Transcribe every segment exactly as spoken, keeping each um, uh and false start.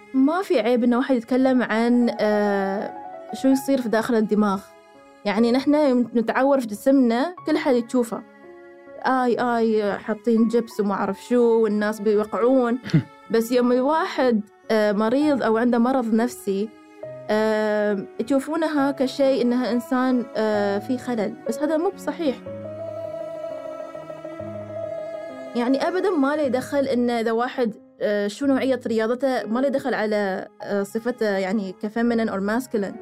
ما في عيب إنه واحد يتكلم عن آه شو يصير في داخل الدماغ. يعني نحن نتعور في جسمنا كل حد يشوفه، آي آي حاطين جبس وما أعرف شو والناس بيوقعون. بس يوم الواحد آه مريض أو عنده مرض نفسي آه يشوفونها كشيء إنها إنسان آه في خلل، بس هذا مو بصحيح. يعني أبداً ما لي دخل إن إذا واحد آه شو نوعية رياضته، ما لي دخل على آه صفته يعني كفيمينين أو ماسكولين.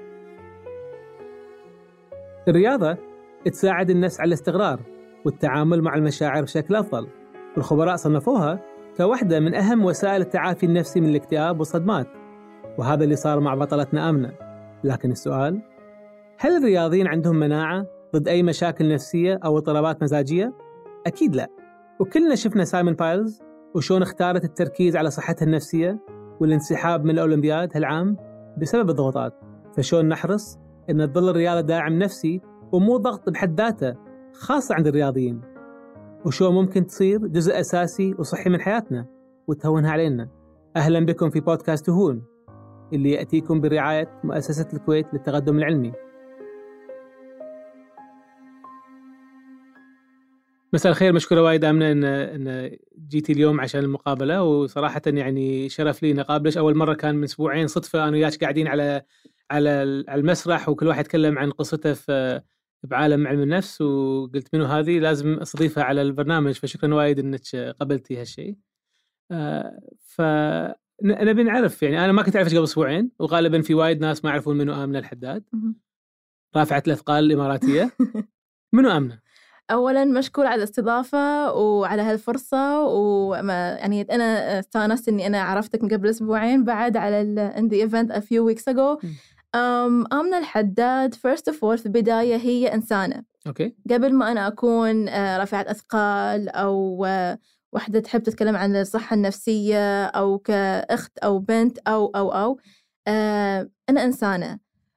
الرياضة تساعد النفس على الاستقرار والتعامل مع المشاعر بشكل أفضل، والخبراء صنفوها كواحدة من أهم وسائل التعافي النفسي من الاكتئاب والصدمات، وهذا اللي صار مع بطلتنا آمنة. لكن السؤال، هل الرياضيين عندهم مناعة ضد أي مشاكل نفسية أو اضطرابات مزاجية؟ أكيد لا. وكلنا شفنا سايمون بايلز وشون اختارت التركيز على صحتها النفسية والانسحاب من الأولمبياد هالعام بسبب الضغوطات. فشون نحرص إن تظل الرياضة داعم نفسي ومو ضغط بحد ذاته، خاصة عند الرياضيين، وشو ممكن تصير جزء أساسي وصحي من حياتنا وتهونها علينا. أهلا بكم في بودكاست تهون، اللي يأتيكم برعاية مؤسسة الكويت للتقدم العلمي. مساء الخير، مشكورة وايد آمنة إن إن جيتي اليوم عشان المقابلة، وصراحة يعني شرف لي نقابلش. أول مرة كان من أسبوعين صدفة أنا وياك قاعدين على على المسرح وكل واحد يتكلم عن قصته في بعالم علم النفس، وقلت منو هذه لازم أستضيفها على البرنامج، فشكرا وايد إنك قبلتي هالشيء. آه فنبي نعرف، يعني أنا ما كنت أعرفك قبل أسبوعين، وغالبا في وايد ناس ما يعرفون منو آمنة الحداد، رافعة الأثقال الإماراتية. منو آمنة؟ أولاً مشكور على الاستضافة وعلى هالفرصة، وما يعني أنا استانست إني أنا عرفتك من قبل أسبوعين بعد على ال in the event a few weeks ago. um, آمنة الحداد first of all في البداية هي إنسانة. أوكي. قبل ما أنا أكون رافعة أثقال أو واحدة تحب تتكلم عن الصحة النفسية أو كأخت أو بنت أو أو أو آه أنا إنسانة.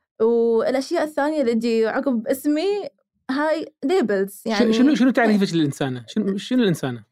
والأشياء الثانية اللي تجي عقب اسمي هاي ليبلز. يعني شنو شنو تعريفك للإنسانة؟ شنو شنو الإنسانة؟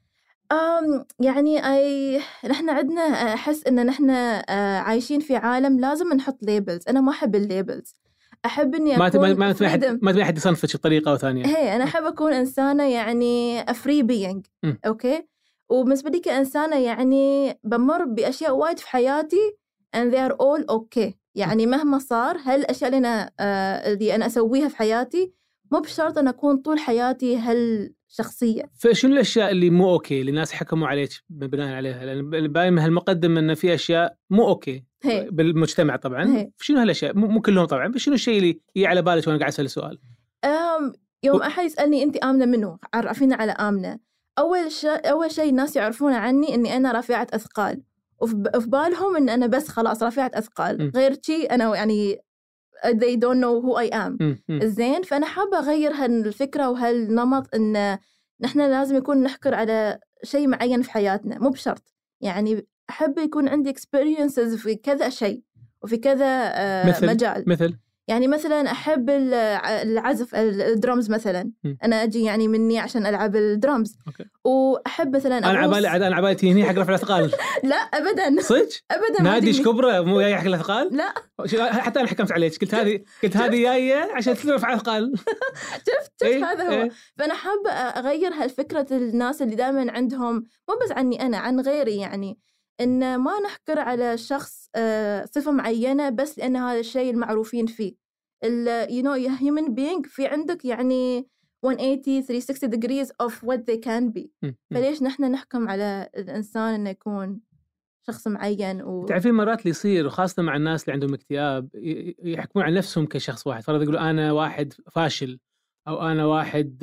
أم يعني أي نحن عندنا أحس إن نحن عايشين في عالم لازم نحط ليبلز. أنا ما أحب الليبلز، أحب إني ما أكون ما ما تبي أحد ما تبي أحد يصنفك بطريقة أو ثانية. هي أنا أحب أكون إنسانة يعني a free being. م. أوكي. وبالنسبة لي كإنسانة يعني بمر بأشياء وايد في حياتي and they are all okay. يعني مهما صار هالأشياء اللي أنا آه اللي أنا أسويها في حياتي مو بشرط أن أكون طول حياتي هالشخصية. فشنو الأشياء اللي مو أوكي اللي الناس حكموا عليك بناء عليها؟ لأن باين من هالمقدم إن في أشياء مو أوكي هي. بالمجتمع طبعاً. هي. شنو هالأشياء؟ مو, مو كلهم طبعاً، بس شنو الشيء اللي يجي على بالك وأنا قاعد أسأل السؤال؟ أم يوم و... أحد يسألني أنت آمنة منو؟ عرفينا على آمنة. أول شيء أول شيء الناس يعرفون عني إني أنا رافعة أثقال، وفي بالهم إن أنا بس خلاص رافعة أثقال. م. غير شيء أنا يعني they don't know who I am. الزين، فأنا حابة أغير هالفكرة وهالنمط إن نحن لازم يكون نحكر على شيء معين في حياتنا، مو بشرط. يعني أحب يكون عندي experiences في كذا شيء وفي كذا آه مثل مجال. مثل يعني مثلا أحب العزف الدرامز مثلا. م. أنا أجي يعني مني عشان ألعب الدرامز. أوكي. وأحب مثلا أنا عبالي أنا عبالي هني حق رفع الأثقال. لا أبدا صدق أبدا. نادي شكبرة مو جاي حق الأثقال. لا حتى أنا حكمت عليك، قلت هذه قلت هذه جاية عشان ترفع الأثقال. شفت شفت إيه؟ هذا هو. إيه؟ فأنا حابة أغير هالفكرة الناس اللي دائما عندهم مو بس عني أنا عن غيري، يعني إن ما نحكر على شخص صفة معينة بس لأن هذا الشيء المعروفين فيه. ال you know a human being في عندك يعني one eighty three sixty degrees of what they can be. فليش نحن نحكم على الإنسان إنه يكون شخص معين؟ و... تعرفين مرات اللي يصير وخاصة مع الناس اللي عندهم اكتئاب يحكمون على نفسهم كشخص واحد. فرض يقولوا أنا واحد فاشل أو أنا واحد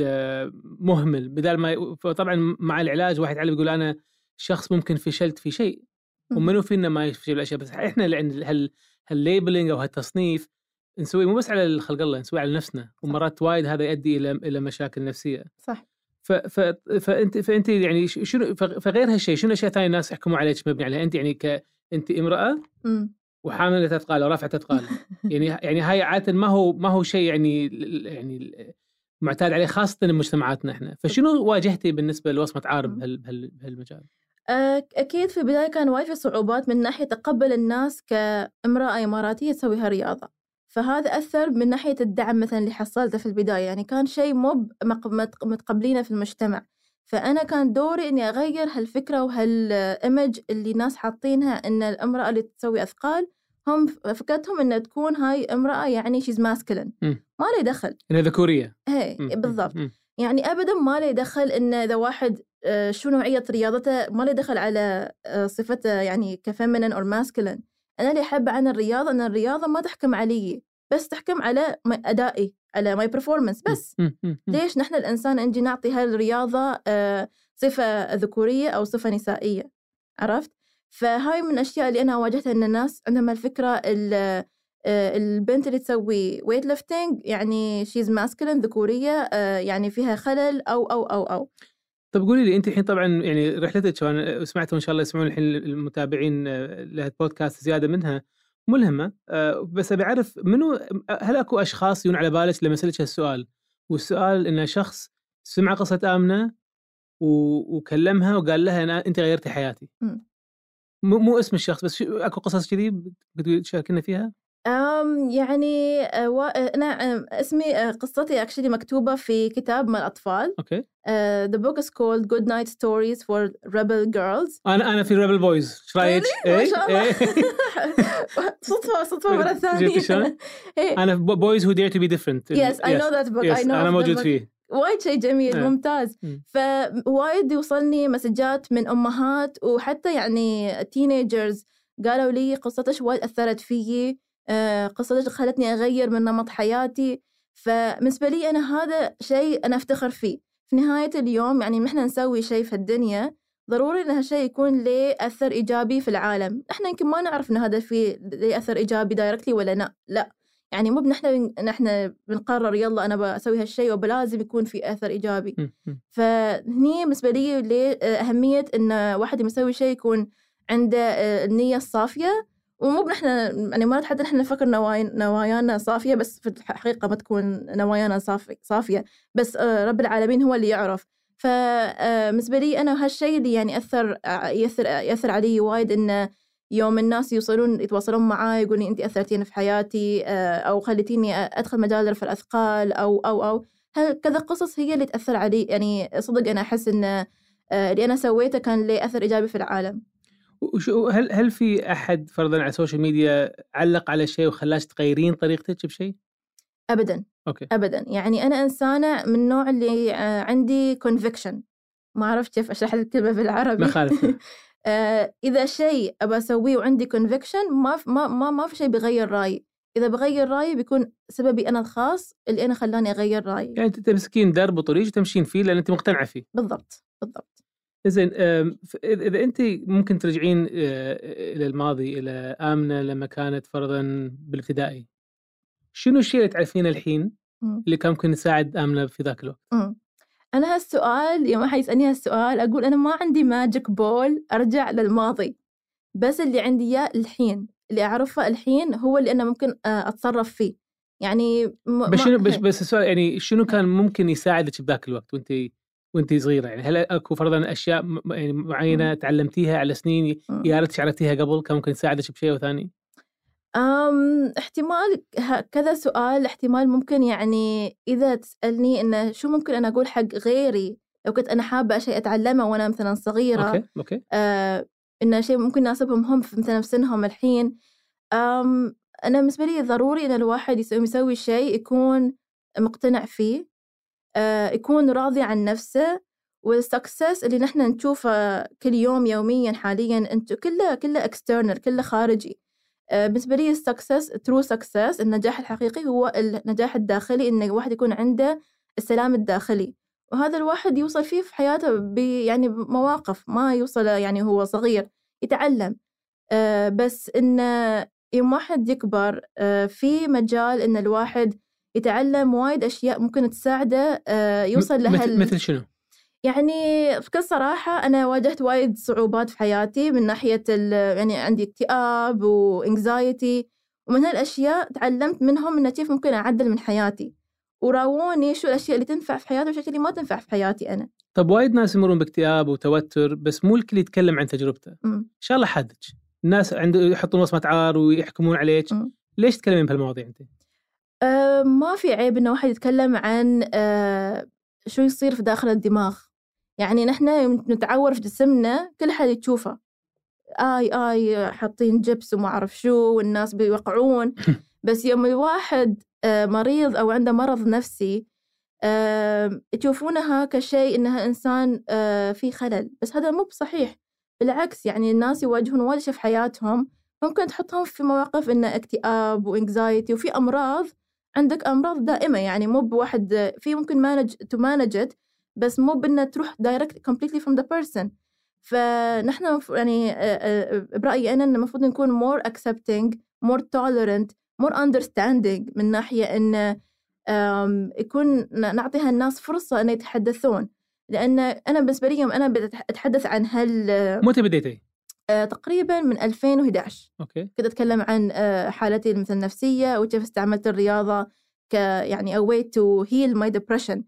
مهمل، بدل ما طبعا مع العلاج واحد علم يقول أنا شخص ممكن فشلت في شيء ومنو فينا ما يفشل الأشياء. بس إحنا اللي عند هال هالليبلينج أو هالتصنيف نسوي مو بس على الخلق الله، نسوي على نفسنا. ومرات وايد هذا يؤدي إلى إلى مشاكل نفسية. صح. ف ف فأنت فأنت يعني شنو فغير هالشيء شنو الأشياء ثانية الناس يحكموا عليك مبني عليها؟ أنت يعني ك أنت امرأة م. وحاملة أثقال أو رافعة أثقال. يعني يعني هاي عادة ما هو ما هو شيء يعني يعني معتاد عليه خاصة بمجتمعاتنا إحنا. فشنو واجهتي بالنسبة لوصمة عار بهال بهالمجال؟ أكيد في البداية كان وايد في صعوبات من ناحية تقبل الناس كامرأة إماراتية تسوي هالرياضة، فهذا أثر من ناحية الدعم مثلا اللي حصلته في البداية، يعني كان شيء مو متقبلينه في المجتمع. فأنا كان دوري إني أغير هالفكرة وهالإيمج اللي الناس حاطينها إن الامرأة اللي تسوي أثقال هم فكرتهم إن تكون هاي امرأة يعني she's masculine، ما له دخل إنها ذكورية. هي بالضبط. م. يعني أبدا ما له دخل إن إذا واحد شو نوعية رياضته، ما له دخل على صفته يعني كفيمينين أو ماسكلين. أنا اللي أحب عن الرياضة أن الرياضة ما تحكم علي، بس تحكم على أدائي، على my performance بس. ليش نحن الإنسان نجي نعطي هالرياضة صفة ذكورية أو صفة نسائية؟ عرفت؟ فهاي من الأشياء اللي أنا واجهتها إن الناس عندهم الفكرة البنت اللي تسوي weight lifting يعني she's masculine ذكورية، يعني فيها خلل أو أو أو أو طب قولي لي أنت الحين طبعا يعني رحلتك وأنا سمعت وإن شاء الله يسمعون الحين المتابعين لهذا البودكاست زيادة منها ملهمة، بس أبي أعرف منو، هل أكو أشخاص يون على بالك لما سألتش هالسؤال؟ والسؤال إنه شخص سمع قصة آمنة وكلمها وقال لها أنا أنت غيرتي حياتي. مو مو اسم الشخص بس أكو قصص كذي بدو تشاركنا فيها؟ أم يعني أنا اسمي قصتي actually مكتوبة في كتاب مع الأطفال. أوكي. Uh, the book is called Good Night Stories for Rebel Girls. أنا أنا في Rebel Boys. شو رأيك؟ ما شاء الله. صدفة صدفة مرة ثانية. أنا Boys Who Dare to Be Different. Yes, I know that book. I know. أنا موجود فيه. وايد شيء جميل ممتاز. فوايد يوصلني مسجات من أمهات وحتى يعني teenagers قالوا لي قصتش وايد أثرت فيي، قصتش خلتني أغير من نمط حياتي. فمثل لي أنا هذا شيء أنا أفتخر فيه. في نهاية اليوم يعني نحن نسوي شيء في الدنيا ضروري إن هالشيء يكون له أثر إيجابي في العالم. نحن يمكن ما نعرف إن هذا فيه له أثر إيجابي دايركتلي ولا لا لا يعني مو بنحن نحن بنقرر يلا أنا بسوي هالشيء وبلازم يكون في أثر إيجابي. فهني بالنسبة لي لأهمية إن واحد يسوي شيء يكون عنده النية الصافية، ومو بنحن يعني ما حتى نحن نفكر نوايا نوايانا صافية بس في الحقيقة ما تكون نوايانا صافي صافية، بس رب العالمين هو اللي يعرف. فمثل لي أنا هالشيء اللي يعني أثر يأثر يأثر علي وايد، إن يوم الناس يوصلون يتواصلون معاي يقولون أنت أثرتيني في حياتي أو خليتيني أدخل مجال رفع الأثقال أو أو أو كذا قصص هي اللي تأثر علي. يعني صدق أنا أحس إن اللي أنا سويته كان له أثر إيجابي في العالم. وشو هل هل في أحد فرضاً على السوشيال ميديا علق على شيء وخلاش تغيرين طريقتك بشيء؟ أبداً. أوكي. أبداً. يعني أنا إنسانة من النوع اللي عندي conviction، ما أعرف كيف أشرح الكلمة بالعربي. ما خالف. إذا شيء أبى أسويه وعندي conviction ما ما ما ما في شيء بيغير رأيي. إذا بغير رأيي بيكون سببي أنا الخاص اللي أنا خلاني أغير رأيي. يعني أنت تمسكين درب وطريق وتمشين فيه لأن أنت مقتنعة فيه. بالضبط بالضبط. زين، إذا أنت ممكن ترجعين إلى الماضي إلى آمنة لما كانت فرضاً بالابتدائي، شنو الشيء اللي تعرفينه الحين اللي كان ممكن يساعد آمنة في ذاك الوقت؟ م. أنا هالسؤال يوم أحد يسألني هالسؤال أقول أنا ما عندي ماجيك بول أرجع للماضي، بس اللي عندي إياه الحين اللي أعرفه الحين هو اللي أنا ممكن أتصرف فيه. يعني م- بس شنو بس, بس السؤال يعني شنو كان ممكن يساعدك بذاك الوقت وأنت وأنت صغيرة؟ يعني هل أكو فرضاً أشياء يعني معينة تعلمتيها على سنين يا ريت عرفتيها قبل كان ممكن يساعدك بشيء أو ثاني؟ أم احتمال كذا سؤال. احتمال ممكن يعني إذا تسألني إنه شو ممكن أنا أقول حق غيري لو كنت أنا حابة شيء أتعلمه وأنا مثلاً صغيرة. أوكي. أوكي. آه إنه شيء ممكن يناسبهم هم في مثلاً في سنهم الحين. أم أنا بالنسبة لي ضروري إن الواحد يسوي, يسوي شيء يكون مقتنع فيه، آه يكون راضي عن نفسه. والسكسس اللي نحن نشوفه كل يوم يومياً حالياً أنتو كله كله external، كله خارجي. بالنسبة لي السكسس true success النجاح الحقيقي هو النجاح الداخلي، إن الواحد يكون عنده السلام الداخلي، وهذا الواحد يوصل فيه في حياته ب يعني بمواقف ما يوصل يعني هو صغير يتعلم. أه بس إن يوم واحد يكبر أه في مجال إن الواحد يتعلم وايد أشياء ممكن تساعده أه يوصل لها. مثل, مثل شنو؟ يعني بكل صراحة أنا واجهت وايد صعوبات في حياتي من ناحية يعني عندي اكتئاب وانكزايتي، ومن هالأشياء تعلمت منهم إن كيف ممكن أعدل من حياتي. وراوني شو الأشياء اللي تنفع في حياتي والأشياء اللي ما تنفع في حياتي أنا. طب وايد ناس يمرون باكتئاب وتوتر بس مو الكل يتكلم عن تجربته. م. إن شاء الله حدك الناس عنده يحطون وصمة عار ويحكمون عليك. م. ليش تتكلمين بهالمواضيع أنت؟ أه ما في عيب إنه واحد يتكلم عن أه شو يصير في داخل الدماغ. يعني نحن نتعور في جسمنا كل حد يشوفه آي آي حاطين جبس وما أعرف شو والناس بيوقعون. بس يوم الواحد أه مريض أو عنده مرض نفسي أه يشوفونها كشيء إنها إنسان أه في خلل. بس هذا مو بصحيح. بالعكس يعني الناس يواجهون وايد شيء في حياتهم ممكن تحطهم في مواقف إنه اكتئاب وانكزايتي وفي أمراض. عندك أمراض دائمة يعني مو بواحد في ممكن manage to manage it بس مو بأنه تروح direct completely from the person. فنحن يعني برأيي أنا إن المفروض نكون more accepting more tolerant more understanding من ناحية إن يكون نعطيها الناس فرصة أن يتحدثون. لأن أنا بالنسبة لي أنا بتحدث عن هال متى بديتي؟ تقريبا من ألفين وإحدى عشر. أوكي. كنت أتكلم عن حالتي مثل النفسية وكيف استعملت الرياضة ك يعني a way to heal my depression.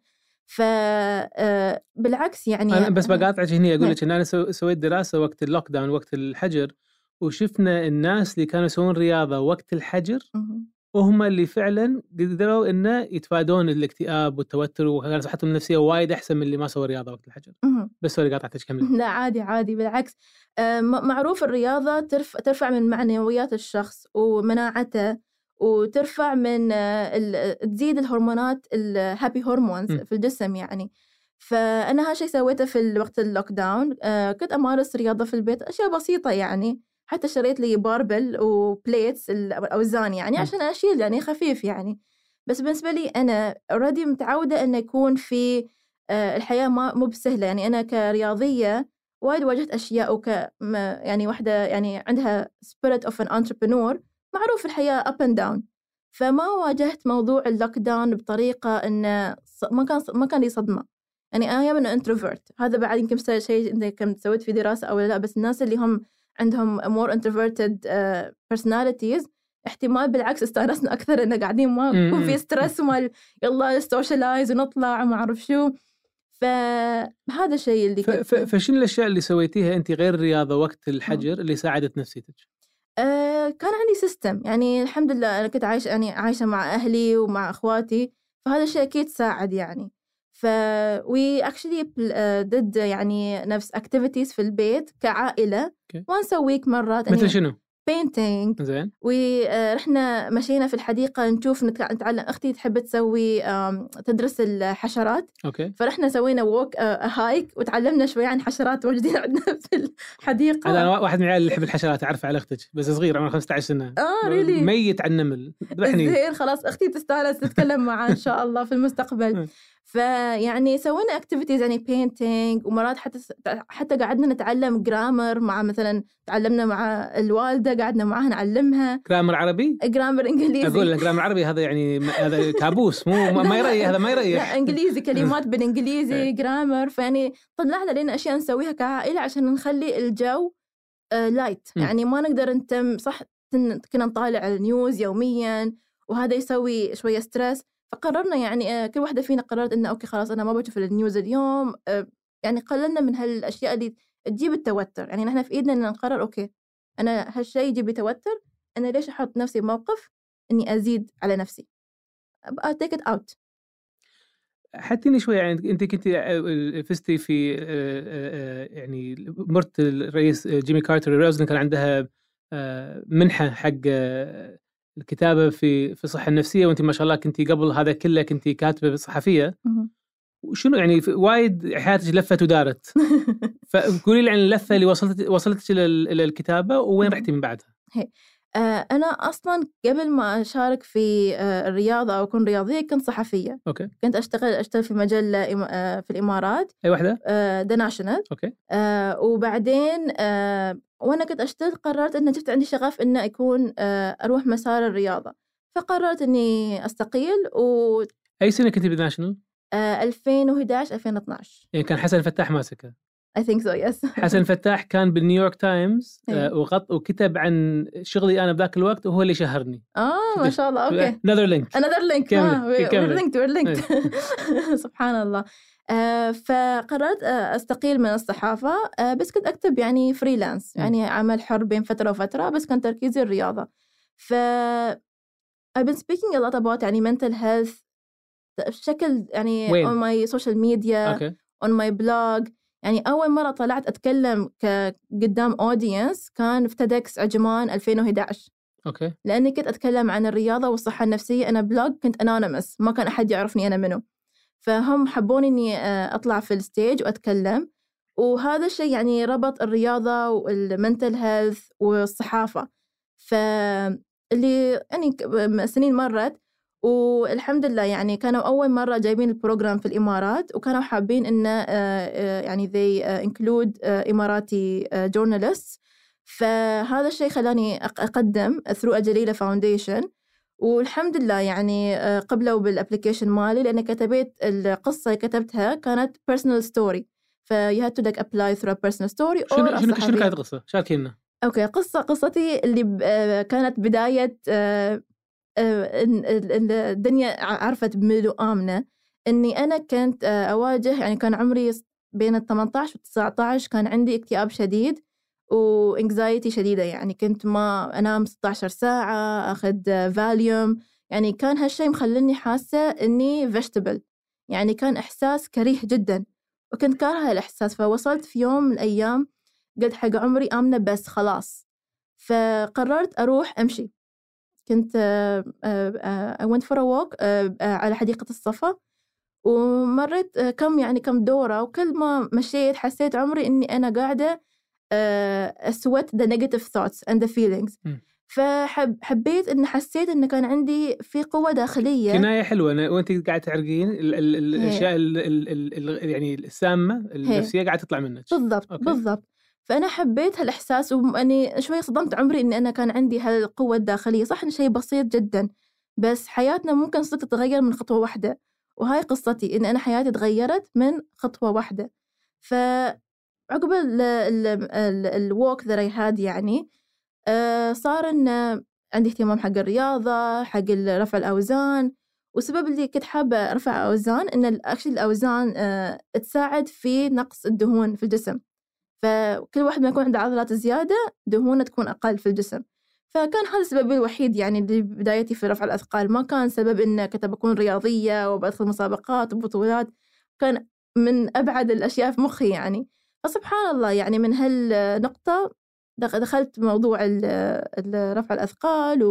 فبالعكس يعني أنا بس بقاطعك هنا أقول لك إن أنا سويت دراسة وقت اللوك داون وقت الحجر وشفنا الناس اللي كانوا يسوون رياضة وقت الحجر وهم اللي فعلا قدروا إنه يتفادون الاكتئاب والتوتر وكانت صحتهم النفسية وايد أحسن من اللي ما سووا رياضة وقت الحجر. بس سوري قاطعتك كمل. لا عادي عادي بالعكس. معروف الرياضة ترفع ترفع من معنويات الشخص ومناعته وترفع من تزيد الهرمونات الهابي هرمونز في الجسم يعني. فأنا هالشي سويته في الوقت اللوك داون. كنت أمارس رياضة في البيت أشياء بسيطة يعني حتى شريت لي باربل وبليتس الأوزان يعني عشان أشيل يعني خفيف يعني. بس بالنسبة لي أنا already متعودة أن يكون في الحياة ما مو بسهلة يعني. أنا كرياضية وايد واجهت أشياء وك يعني واحدة يعني عندها spirit of an entrepreneur معروف الحياة up and down. فما واجهت موضوع اللوك داون بطريقة إنه ما كان ما كان لي صدمة يعني. أنا من introvert هذا بعد يمكن شيء أنت كنت سويت في دراسة أو لا. بس الناس اللي هم عندهم more introverted uh, personalities احتمال بالعكس استانسنا أكثر إنه قاعدين ما يكون في ستريس وما يلا socialize ونطلع وما أعرف شو. فهذا الشيء اللي ف... ف... فشين الأشياء اللي سويتيها أنت غير الرياضة وقت الحجر اللي ساعدت نفسيتك؟ أه كان عندي سيستم يعني الحمد لله. أنا كنت عايشة يعني عايشة مع أهلي ومع أخواتي فهذا الشيء أكيد ساعد يعني. ف we actually did يعني نفس activities في البيت كعائلة okay. once a week مرات. مثل شنو؟ painting. زين. ورحنا مشينا في الحديقة نشوف نتعلم. أختي تحب تسوي تدرس الحشرات. أوكي. فرحنا سوينا walk هايك وتعلمنا شوي عن حشرات موجودين عندنا في الحديقة. أنا واحد من العيال اللي يحب الحشرات أعرف على أختك بس صغير عمره خمسة عشر سنة. آه ريلي. ميت عن نمل. زين خلاص أختي تستانس تتكلم معاه إن شاء الله في المستقبل. فيعني سوينا activities يعني painting ومرات حتى حتى قعدنا نتعلم grammar مع مثلا تعلمنا مع الوالدة قعدنا معها نعلمها grammar عربي grammar إنجليزي. أقول لك grammar عربي هذا يعني هذا كابوس مو ما يريح هذا ما يريح. لا إنجليزي كلمات بالإنجليزي grammar. فيعني طلعنا لنا أشياء نسويها كعائلة عشان نخلي الجو لايت يعني ما نقدر نتم صح كنا نطالع النيوز يوميا وهذا يسوي شوية ستريس. فقررنا يعني كل واحدة فينا قررت إنه أوكي خلاص أنا ما بشوف النيوز اليوم. يعني قللنا من هالأشياء اللي تجيب التوتر. يعني نحن في إيدنا إن نقرر أوكي أنا هالشيء يجيب لي توتر أنا ليش أحط نفسي بموقف إني أزيد على نفسي أبقى take it out. حتىني شوي يعني أنت كنت فزتي في يعني مرت الرئيس جيمي كارتر روزن كان عندها منحة حق الكتابة في في الصحة النفسية وأنت ما شاء الله كنتي قبل هذا كله كنتي كاتبة صحفية. وشنو يعني وايد حياتك لفت ودارت. فقولي لي عن اللفة اللي وصلت وصلت إلى الكتابة وين رحتي من بعدها؟ آه أنا أصلاً قبل ما أشارك في آه الرياضة أو أكون رياضية كنت صحفية. أوكي. كنت أشتغل أشتغل في مجلة آه في الإمارات. أي واحدة؟ آه The National. أوكي. آه وبعدين آه وأنا كنت أشتغل قررت إن شفت عندي شغف إن أكون آه أروح مسار الرياضة. فقررت إني أستقيل. و أي سنة كنتي بالناشونال؟ آه ألفين وإحدى عشر ألفين واثناشر. يعني كان حسن الفتاح ماسكه. I think so yes. حسن فتاح كان بالنيويورك تايمز آه وغط وكتب عن شغلي أنا بذاك الوقت وهو اللي شهرني. آه ما شاء الله أوكي. another link. another link. كمل. we're linked we're linked. سبحان الله. آه فقررت آه أستقيل من الصحافة، آه بس كنت أكتب يعني فريلانس، يعني عمل حر بين فترة وفترة، بس كان تركيزي الرياضة. ف I've been speaking a lot about يعني mental health بشكل يعني وين؟ on my social media okay. on my blog. يعني أول مرة طلعت أتكلم قدام audience كان في تيدكس عجمان ألفين وإحدى عشر. okay. لأني كنت أتكلم عن الرياضة والصحة النفسية. أنا بلوج كنت anonymous، ما كان أحد يعرفني أنا منه، فهم حبوني إني أطلع في الستيج وأتكلم. وهذا الشيء يعني ربط الرياضة والمنتل هيلث والصحافة. فاللي يعني سنين مرت والحمد لله يعني كانوا أول مرة جايبين البروجرام في الإمارات، وكانوا حابين إن يعني they include إماراتي journalists. فهذا الشيء خلاني أقدم through أجليلة فاونديشن، والحمد لله يعني قبلوا بالابليكيشن مالي لأن كتبت القصة كتبتها كانت personal story، ف you had to like apply through a personal story. شنو شنو شنو كانت قصة؟ شاركينا. أوكي قصة قصتي اللي كانت بداية الدنيا عرفت بميلو آمنة إني أنا كنت أواجه، يعني كان عمري بين الثمانية عشر والتسعة عشر، كان عندي اكتئاب شديد وانكزايتي شديدة، يعني كنت ما أنام ستة عشر ساعة، أخذ فاليوم، يعني كان هالشي مخلني حاسة إني vegetable، يعني كان إحساس كريه جدا وكنت كارهة الإحساس. فوصلت في يوم من الأيام قلت حق عمري آمنة بس خلاص، فقررت أروح أمشي. كنت I went for a walk على حديقة الصفا، ومرت كم يعني كم دورة، وكل ما مشيت حسيت عمري إني أنا قاعدة أسوت the negative thoughts and the feelings. م. فحب حبيت إن حسيت إن كان عندي في قوة داخلية. كناية حلوة أنا وأنت قاعدة تعرقين ال ال الأشياء ال ال ال يعني السامة النفسية قاعدة تطلع منك. بالضبط أوكي. بالضبط. فأنا حبيت هالإحساس، وأني شوي صدمت عمري إن أنا كان عندي هالقوة الداخلية. صح إن شيء بسيط جدا، بس حياتنا ممكن صدق تتغير من خطوة واحدة، وهاي قصتي إن أنا حياتي تغيرت من خطوة واحدة. فعقب الووك ذا I had يعني آه صار إن عندي اهتمام حق الرياضة، حق رفع الأوزان. والسبب اللي كنت حابة رفع أوزان إن الأكشن الأوزان آه تساعد في نقص الدهون في الجسم. فكل واحد ما يكون عنده عضلات زيادة دهونه تكون أقل في الجسم. فكان هذا السبب الوحيد يعني لبدايتي في رفع الأثقال. ما كان سبب إن كنت بكون رياضية وبدخل مسابقات وبطولات، كان من أبعد الأشياء في مخي يعني. فسبحان الله يعني من هالنقطة دخلت موضوع رفع الأثقال،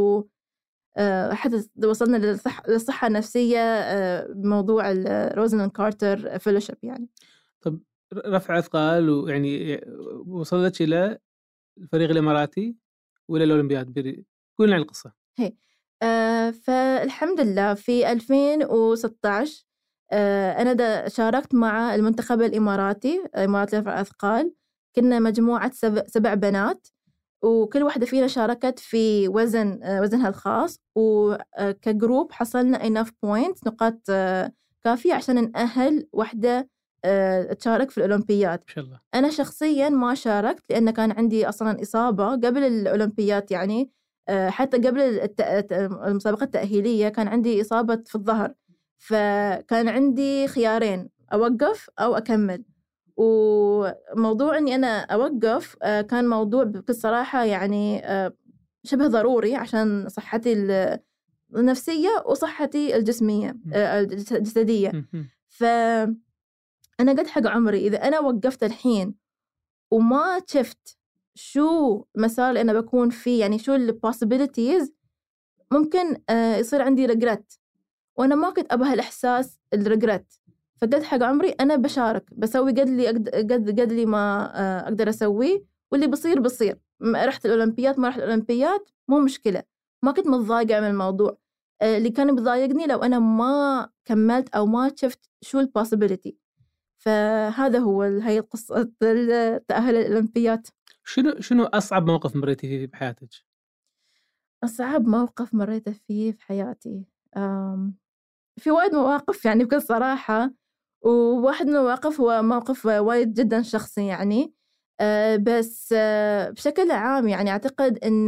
وحتى وصلنا للصحة النفسية بموضوع الروزنان كارتر فيلوشيب يعني. طب رفع أثقال ويعني وصلت إلى الفريق الإماراتي ولا الأولمبياد؟ قولنا عن القصة. هي آه فالحمد لله في ألفين وستة عشر آه أنا شاركت مع المنتخب الإماراتي، إمارات رفع الأثقال. كنا مجموعة سبع, سبع بنات، وكل واحدة فينا شاركت في وزن آه وزنها الخاص، وكجروب حصلنا enough points نقاط آه كافية عشان نأهل واحدة أه تشارك في الأولمبياد. إن شاء الله. أنا شخصياً ما شاركت لأن كان عندي أصلاً إصابة قبل الأولمبياد، يعني أه حتى قبل الت... المسابقة التأهيلية كان عندي إصابة في الظهر، فكان عندي خيارين أوقف أو أكمل. وموضوع أني أنا أوقف أه كان موضوع بكل صراحة يعني أه شبه ضروري عشان صحتي النفسية وصحتي الجسمية أه الجسدية. ف أنا قلت حق عمري إذا أنا وقفت الحين وما شفت شو المسار اللي أنا بكون فيه، يعني شو ال possibilities، ممكن آه يصير عندي regret، وأنا ما كنت أبغى الإحساس الregret. فقلت حق عمري أنا بشارك، بسوي قد لي قد قد لي ما آه أقدر أسويه، واللي بصير بصير. رحت الأولمبياد ما رحت الأولمبياد مو مشكلة. ما كنت متضايقة من الموضوع. آه اللي كان بيضايقني لو أنا ما كملت أو ما شفت شو ال possibility. فهذا هو هي القصة التأهل الأولمبياد. شنو شنو أصعب موقف مريتي فيه بحياتك؟ أصعب موقف مريت فيه في حياتي في وايد مواقف يعني بكل صراحة، وواحد من المواقف هو موقف وايد جدا شخصي يعني، آه بس آه بشكل عام يعني أعتقد أن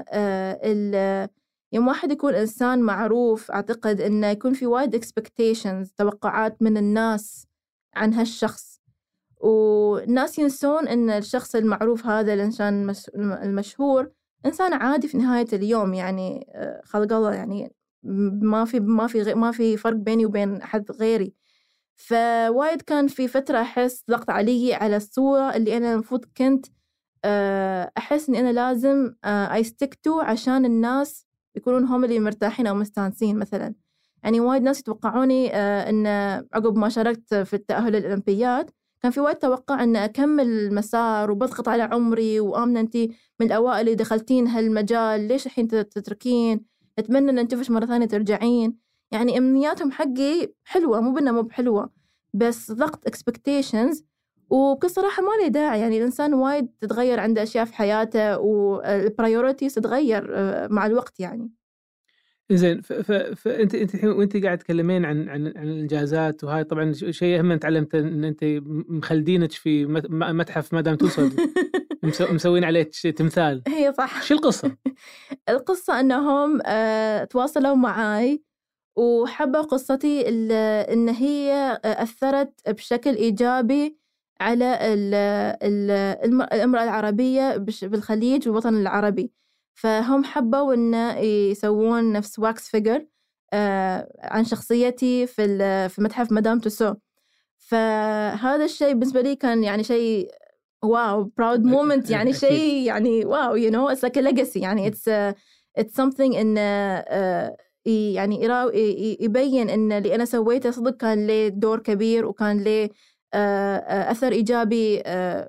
آه يوم واحد يكون إنسان معروف، أعتقد أنه يكون في وايد expectations، توقعات من الناس عن هالشخص، والناس ينسون أن الشخص المعروف هذا الإنسان المشهور إنسان عادي في نهاية اليوم يعني، آه خلق الله يعني، ما في ما في ما في فرق بيني وبين أحد غيري. فوايد كان في فترة أحس ضغط علي على الصورة اللي أنا المفروض كنت أحس إني أنا لازم I stick to عشان الناس يكونون هم اللي مرتاحين أو مستانسين مثلا. يعني وايد ناس يتوقعوني أن عقب ما شاركت في التأهل الأولمبياد كان في وايد توقع أن أكمل المسار وبضغط على عمري، وآمنة أنتي من الأوائل اللي دخلتين هالمجال، ليش الحين تتركين؟ أتمنى أن نتفش مرة ثانية ترجعين. يعني أمنياتهم حقي حلوة، مو بأنها مو بحلوة، بس ضغط expectations. وبكل صراحة ما لي داعي، يعني الإنسان وايد تتغير عنده أشياء في حياته، والبرايوريتيز تتغير مع الوقت يعني. زين، فأنت أنت الحين وأنت قاعد تكلمين عن عن عن الإنجازات، وهاي طبعا شيء أهم تعلمت إن أنت مخلدينك في متحف مدام توصل مسوين عليه تمثال. هي صح. شو القصة؟ القصة أنهم أه تواصلوا معاي وحبوا قصتي إن هي أثرت بشكل إيجابي على الامرأة العربية بالخليج والوطن العربي. فهم حبوا إن يسوون نفس واكس فيجر عن شخصيتي في في متحف مدام توسو. فهذا الشيء بالنسبة لي كان يعني شيء واو، proud moment، يعني شيء يعني واو you know it's like a legacy، يعني it's uh, it's something إن uh, يعني يبين إن اللي أنا سويته صدق كان له دور كبير، وكان له أثر إيجابي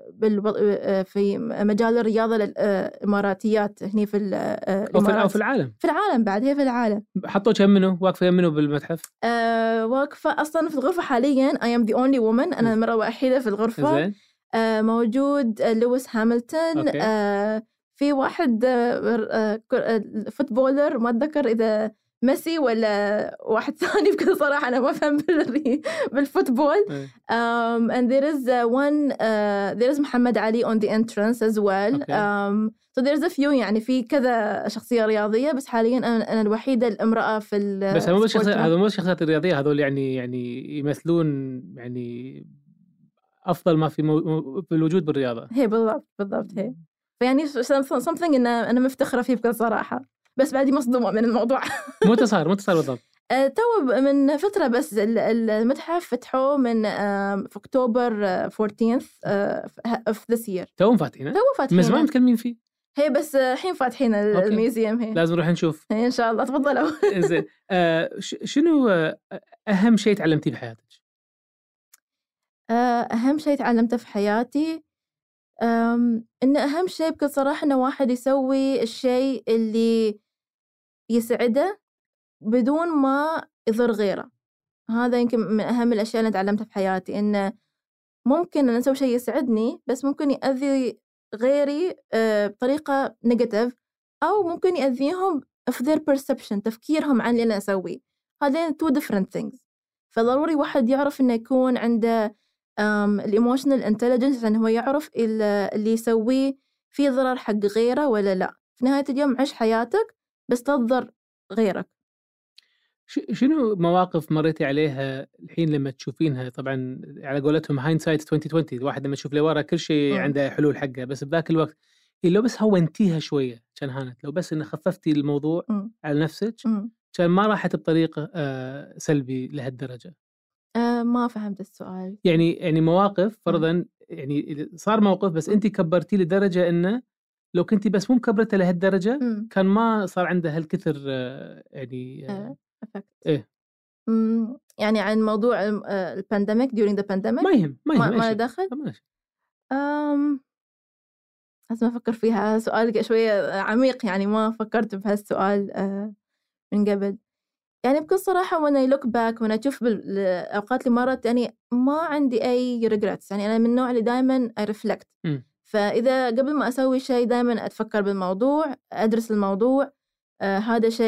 في مجال الرياضة الإماراتيات هني في الإمارات أو في العالم. في العالم بعد، هي في العالم. حطوا كم منه واقفة منه بالمتحف؟ أه واقفة أصلاً في الغرفة حالياً I am the only woman، أنا المرة الوحيدة في الغرفة. أه موجود لويس هاملتون، أه في واحد أه فوتبولر ما أتذكر إذا ميسي ولا واحد ثاني، بكل صراحة أنا ما أفهم بالفوتبول. um, and there is uh, one uh, there is محمد علي on the entrance as well. okay. um, so there's a few، يعني في كذا شخصية رياضية، بس حاليا أنا, أنا الوحيدة الامرأة في ال بس هم شخصية، هذول مو الشخصيات الرياضية، هذول يعني يعني يمثلون يعني أفضل ما في مو... في الوجود بالرياضة. هي بالضبط بالضبط هي. فيعني something إن أنا مفتخرة فيه بكل صراحة، بس بعدي مصدومة من الموضوع. متى صار متى صار بالضبط؟ تو من فترة، بس المتحف فتحوه من في أكتوبر أربعتاشر في this year. تو فاتحينه؟ تو فاتحينه. من زمان متكلمين فيه. هي بس الحين فاتحين الميوزيوم. هي لازم نروح نشوف. إن شاء الله، تفضلوا. زين، آه شنو أهم شيء تعلمتيه في حياتك؟ أهم شيء تعلمته في حياتي إن أهم شيء بكل صراحة إنه واحد يسوي الشيء اللي يسعده بدون ما يضر غيره. هذا يمكن من أهم الأشياء اللي تعلمتها في حياتي، إنه ممكن أن أسوي شيء يسعدني بس ممكن يأذي غيري بطريقة نيجاتيف، أو ممكن يأذيهم في their perception، تفكيرهم عن اللي أنا أسويه. هذين two different things. فضروري واحد يعرف إنه يكون عنده الإيموشنال intelligence، عشان هو يعرف اللي يسويه فيه ضرر حق غيره ولا لا. في نهاية اليوم عيش حياتك بس لا تضر غيرك. شنو مواقف مريتي عليها الحين لما تشوفينها؟ طبعا على قولتهم هايندسايت عشرين عشرين، الواحد لما يشوف لورا كل شيء عنده حلول حقه، بس بذاك الوقت لو بس هونتيها شوية كان هانت، لو بس إن خففتي الموضوع م. على نفسك كان ما راحت بطريقة آه سلبي لهالدرجة. أه ما فهمت السؤال. يعني يعني مواقف فرضا، يعني صار موقف بس أنت كبرتي لدرجة إنه لو كنتي بس مو مكبرته لهالدرجة م. كان ما صار عنده هالكثر آه يعني آه أفكت. إيه امم يعني عن موضوع البانديميك during the pandemic. ما يهم ما يهم ما دخل. امم لازم افكر فيها، سؤال شويه عميق يعني، ما فكرت بهالسؤال من قبل. يعني بكل صراحه وانا look back وانا اشوف بالاوقات اللي مرت، يعني ما عندي اي regrets. يعني انا من النوع اللي دائما I reflect. م. فاذا قبل ما اسوي شيء دائما اتفكر بالموضوع، ادرس الموضوع. آه هذا شيء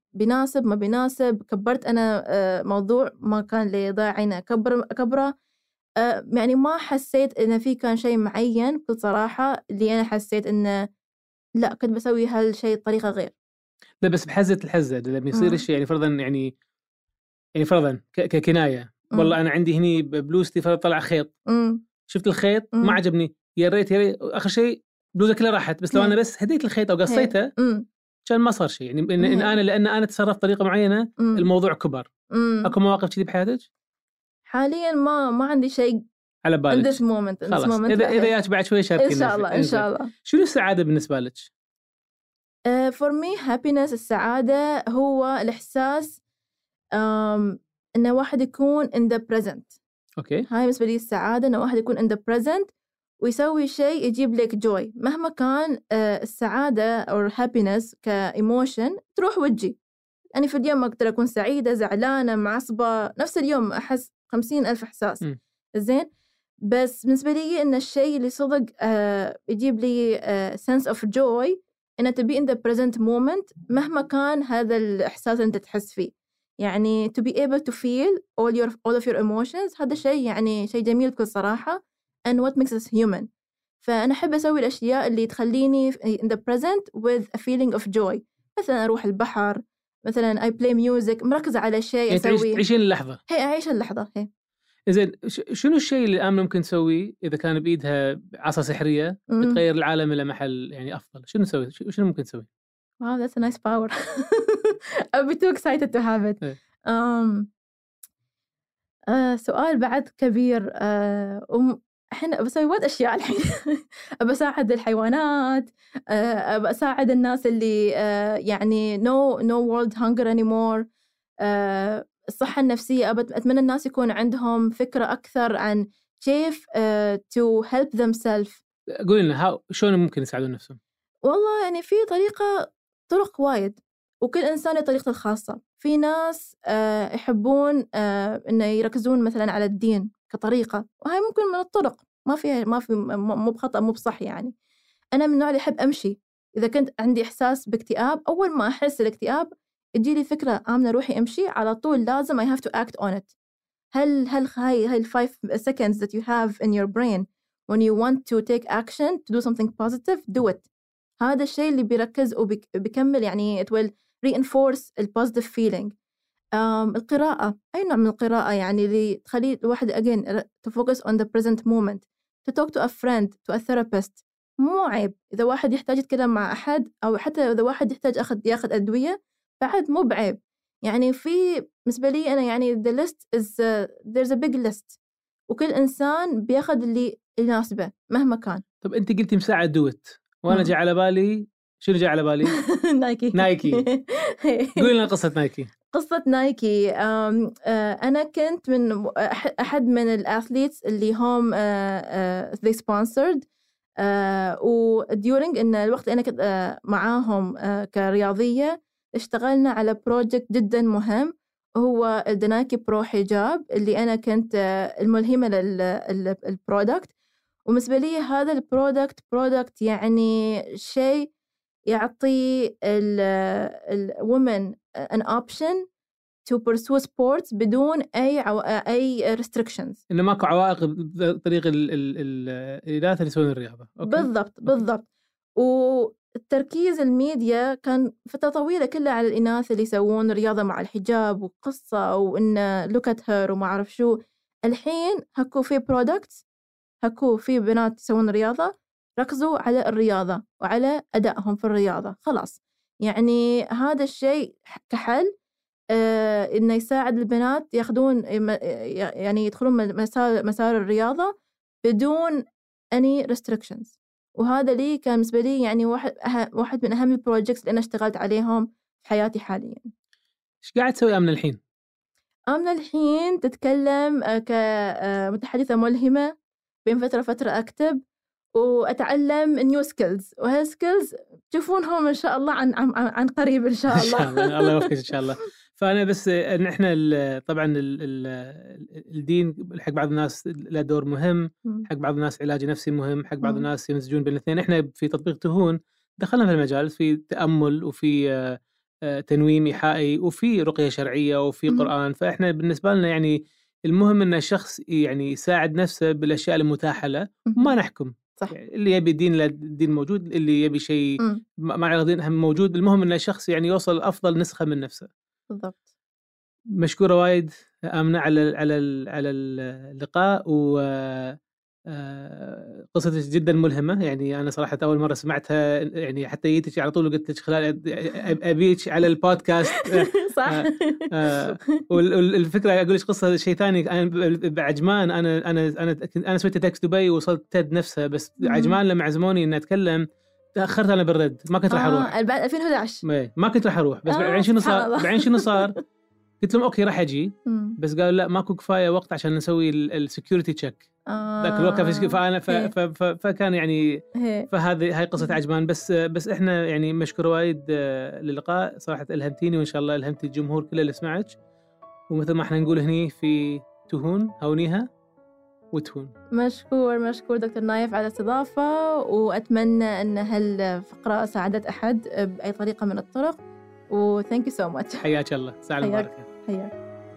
بيناسب ما بيناسب، كبرت أنا موضوع ما كان لي داعي أكبر أكبره. يعني ما حسيت إن في كان شيء معين بكل صراحة اللي أنا حسيت إنه لا كنت بسوي هالشيء بطريقة غير. لا بس بحزة الحزة لما يصير الشيء يعني فرضا يعني يعني فرضا ككناية والله أنا عندي هني بلوزتي فرضا طلع خيط مم. شفت الخيط مم. ما عجبني يا ريت يا ريت آخر شيء بلوزة كلها راحت بس لو هي. أنا بس هديت الخيط أو قصيته كان ما صار شيء يعني إن, إن أنا لأن أنا تصرف بطريقة معينة مم. الموضوع كبر. مم. أكو مواقف كذي بحياتك؟ حاليا ما ما عندي شيء على بالك. in this moment. In خلاص this moment إذا إذا ياك بعد شوي شاركينا. إن شاء الله إن شاء الله. شنو السعادة بالنسبة لك؟ uh, for me happiness السعادة هو الإحساس um, إن واحد يكون in the present. أوكي. هاي بالنسبة لي السعادة إن واحد يكون in the present ويسوي شيء يجيب لك joy مهما كان. uh, السعادة أو happiness كإيموشن تروح وتجي. يعني في اليوم أقدر أكون سعيدة زعلانة معصبة نفس اليوم أحس خمسين ألف إحساس. م. زين بس بالنسبة لي إن الشيء اللي صدق uh, يجيب لي uh, sense of joy إن to be in the present moment مهما كان هذا الإحساس أنت تحس فيه. يعني to be able to feel all your all of your emotions هذا شيء يعني شيء جميل بكل صراحة and what makes us human. فأنا أحب أسوي الأشياء اللي تخليني in the present with a feeling of joy. مثلا أروح البحر مثلا I play music مركزة على شيء أسويه. تعيشين اللحظة. هي أعيش اللحظة. هي إذن شنو الشيء اللي الآن ممكن تسويه إذا كان بإيدها عصا سحرية بتغير العالم إلى محل يعني أفضل شنو نسوي شنو ممكن تسوي؟ Wow, that's a nice power. I'll be too excited to have it. um, uh, سؤال بعد كبير. uh, الحين بسوي وايد أشياء الحين. بساعد الحيوانات. uh, بساعد الناس اللي uh, يعني no no world hunger anymore. uh, الصحة النفسية أتمنى الناس يكون عندهم فكرة أكثر عن كيف uh, to help themselves. قولي لنا how شلون ممكن يساعدون نفسهم؟ والله يعني في طريقة طرق وايد وكل إنسان له طريقته الخاصة. في ناس uh, يحبون uh, إنه يركزون مثلا على الدين كطريقة وهاي ممكن من الطرق ما فيها ما في مو بخطأ مو بصح. يعني أنا من النوع اللي أحب أمشي. إذا كنت عندي إحساس باكتئاب أول ما أحس الاكتئاب تجي لي فكرة آمنة روحي أمشي على طول لازم I have to act on it. هل هل هاي هاي five seconds that you have in your brain when you want to take action to do something positive do it. هذا الشيء اللي بيركز وبيكمل يعني it will reinforce the positive feeling. um, القراءة أي نوع من القراءة يعني اللي تخلي الواحد again to focus on the present moment to talk to a friend to a therapist. مو عيب إذا واحد يحتاج يتكلم مع أحد أو حتى إذا واحد يحتاج أخذ ياخذ أدوية بعد مو بعيب. يعني في بالنسبة لي أنا يعني the list is uh, there's a big list وكل إنسان بياخذ اللي يناسبه مهما كان. طب أنت قلتي مساعد دوت وأنا جاء على بالي شنو جاء على بالي؟ نايكي. نايكي. قولي لنا قصة نايكي. قصة نايكي أم أنا كنت من أحد من الأثليتس اللي هم they sponsored و during إن الوقت اللي أنا كنت معاهم كرياضية اشتغلنا على بروجكت جدا مهم هو النايكي برو حجاب اللي أنا كنت الملهمة للبرودكت. ومثل لي هذا البرودكت برودكت يعني شيء يعطي ال women an option to pursue sports بدون أي عو... أي restrictions. إنه ماكو عوائق بطريق الإناث اللي يسوون الرياضة. أوكي. بالضبط بالضبط. والتركيز الميديا كان فترة طويلة كلها على الإناث اللي يسوون رياضة مع الحجاب وقصة وإن look at her وما أعرف شو. الحين هكو في products هكو في بنات يسوون رياضة ركزوا على الرياضة وعلى أدائهم في الرياضة خلاص. يعني هذا الشيء كحل آه إنه يساعد البنات ياخدون يعني يدخلون مسار مسار الرياضة بدون any restrictions. وهذا لي كان بالنسبة لي يعني واحد أه واحد من أهم البروجيكتس اللي أنا اشتغلت عليهم في حياتي حاليا. إيش قاعد تسوي آمنة الحين؟ آمنة الحين تتكلم كمتحدثة ملهمة بين فترة فترة أكتب وأتعلم نيو سكيلز وهالسكيلز تشوفونهم إن شاء الله عن عن عن قريب إن شاء الله. إن شاء الله الله يوفقك إن شاء الله. فأنا بس إن إحنا طبعًا ال ال الدين حق بعض الناس له دور مهم، حق بعض الناس علاج نفسي مهم، حق بعض الناس يمزجون بين الاثنين. إحنا في تطبيق تهون دخلنا في المجال في تأمل وفي تنويم إيحائي وفي رقية شرعية وفي قرآن. فإحنا بالنسبة لنا يعني المهم أن الشخص يعني يساعد نفسه بالأشياء المتاحة له، ما نحكم. صح. يعني اللي يبي دين الدين موجود، اللي يبي شيء ما على دين هم موجود. المهم أن الشخص يعني يوصل أفضل نسخة من نفسه. بالضبط. مشكورة وايد آمنة على على على اللقاء، و قصتك جدا ملهمة. يعني أنا صراحة أول مرة سمعتها، يعني حتى جيتك على طول وقلت لك خلال أبيك على البودكاست. صح. والفكرة أقول لك قصة شيء ثاني. أنا بعجمان، أنا أنا أنا أنا سويت تكست دبي ووصلت تد نفسها، بس عجمان لما عزموني إن أتكلم تأخرت أنا بالرد، ما كنت راح أروح. آه بعد ألفين وأحد عشر ما كنت راح أروح، بس آه بعدين شنو صار؟ بعدين شنو صار؟ قلت لهم أوكي راح أجي، بس قالوا لا ماكو كفاية وقت عشان نسوي السكيورتي تشيك. ذاك آه الوقت في فأنا ف ف ف فكان يعني فهذه هاي قصة عجمان. بس بس إحنا يعني مشكور وايد للقاء، صراحة ألهمتيني، وإن شاء الله ألهمتي الجمهور كله اللي سمعك. ومثل ما إحنا نقول هني في تهون هونيها وتهون. مشكور مشكور دكتور نايف على الاستضافة، وأتمنى أن هالفقرة ساعدت أحد بأي طريقة من الطرق. و thank you so much. حياك الله، ساعة المباركة. حياك.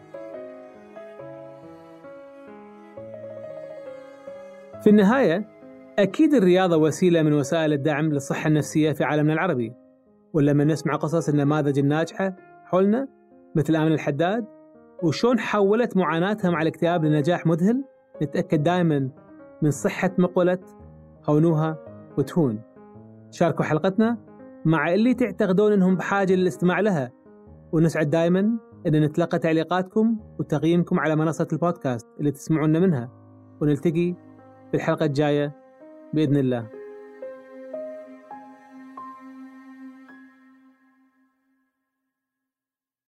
في النهاية أكيد الرياضة وسيلة من وسائل الدعم للصحة النفسية في عالمنا العربي، ولما نسمع قصص النماذج الناجحة حولنا مثل آمنة الحداد وشون حولت معاناتها مع الاكتئاب لنجاح مذهل، نتأكد دائما من صحة مقولة هونوها وتهون. شاركوا حلقتنا مع اللي تعتقدون أنهم بحاجة للاستماع لها، ونسعد دائما أن نتلقى تعليقاتكم وتقييمكم على منصة البودكاست اللي تسمعون منها. ونلتقي في الحلقة الجاية بإذن الله.